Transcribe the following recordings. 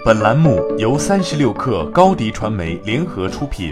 本栏目由36氪高迪传媒联合出品。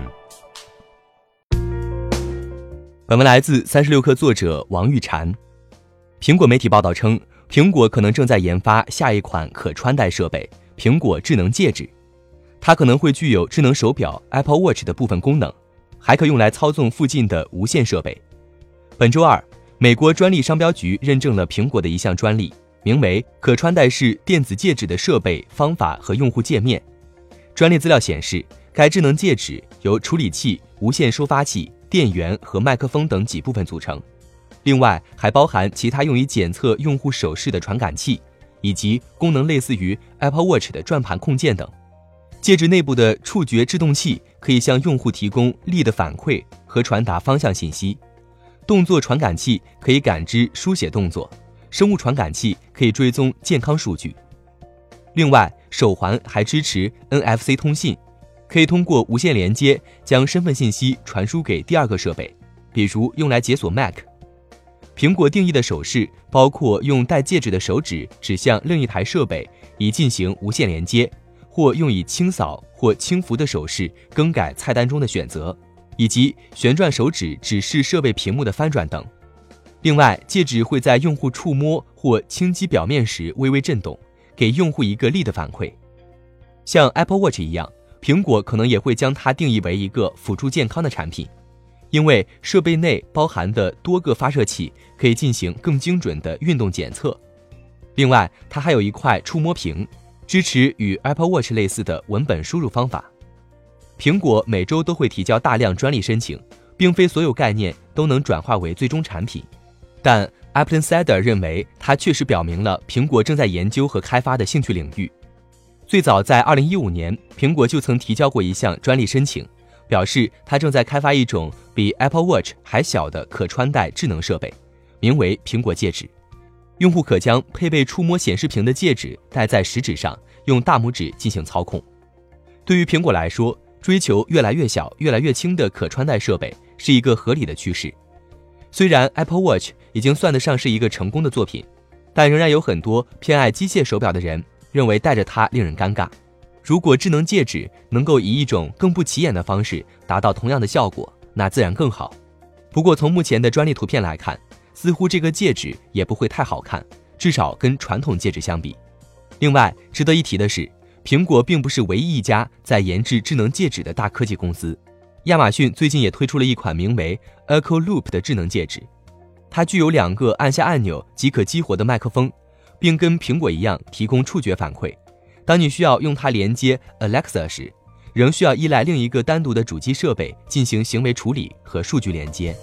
本文来自36氪作者王玉婵。苹果媒体报道称，苹果可能正在研发下一款可穿戴设备——苹果智能戒指。它可能会具有智能手表 Apple Watch 的部分功能，还可用来操纵附近的无线设备。本周二，美国专利商标局认证了苹果的一项专利，名为可穿戴式电子戒指的设备、方法和用户界面。专利资料显示，该智能戒指由处理器、无线收发器、电源和麦克风等几部分组成，另外还包含其他用于检测用户手势的传感器，以及功能类似于 Apple Watch 的转盘控件等。戒指内部的触觉制动器可以向用户提供力的反馈和传达方向信息，动作传感器可以感知书写动作，生物传感器可以追踪健康数据。另外，手环还支持 NFC 通信，可以通过无线连接将身份信息传输给第二个设备，比如用来解锁 Mac。 苹果定义的手势包括用戴戒指的手指指向另一台设备以进行无线连接，或用以轻扫或轻拂的手势更改菜单中的选择，以及旋转手指指示设备屏幕的翻转等。另外，戒指会在用户触摸或轻击表面时微微震动，给用户一个力的反馈。像 Apple Watch 一样，苹果可能也会将它定义为一个辅助健康的产品，因为设备内包含的多个发射器可以进行更精准的运动检测。另外，它还有一块触摸屏，支持与 Apple Watch 类似的文本输入方法。苹果每周都会提交大量专利申请，并非所有概念都能转化为最终产品，但 Apple Insider 认为它确实表明了苹果正在研究和开发的兴趣领域。最早在2015年，苹果就曾提交过一项专利申请，表示它正在开发一种比 Apple Watch 还小的可穿戴智能设备，名为苹果戒指。用户可将配备触摸显示屏的戒指戴在食指上，用大拇指进行操控。对于苹果来说，追求越来越小、越来越轻的可穿戴设备是一个合理的趋势。虽然 Apple Watch 已经算得上是一个成功的作品，但仍然有很多偏爱机械手表的人认为戴着它令人尴尬。如果智能戒指能够以一种更不起眼的方式达到同样的效果，那自然更好。不过从目前的专利图片来看，似乎这个戒指也不会太好看，至少跟传统戒指相比。另外，值得一提的是，苹果并不是唯一一家在研制智能戒指的大科技公司。亚马逊最近也推出了一款名为 Echo Loop 的智能戒指，它具有2个按下按钮即可激活的麦克风，并跟苹果一样提供触觉反馈。当你需要用它连接 Alexa 时，仍需要依赖另一个单独的主机设备进行行为处理和数据连接。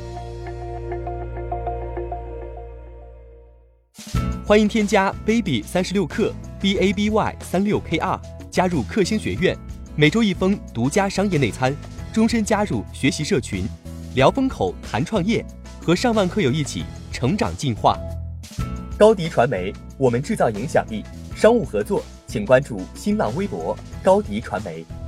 欢迎添加 baby 36氪 BABY 36KR 加入克星学院，每周1封独家商业内参，终身加入学习社群，聊风口谈创业，和上万课友一起成长进化。高迪传媒，我们制造影响力。商务合作请关注新浪微博高迪传媒。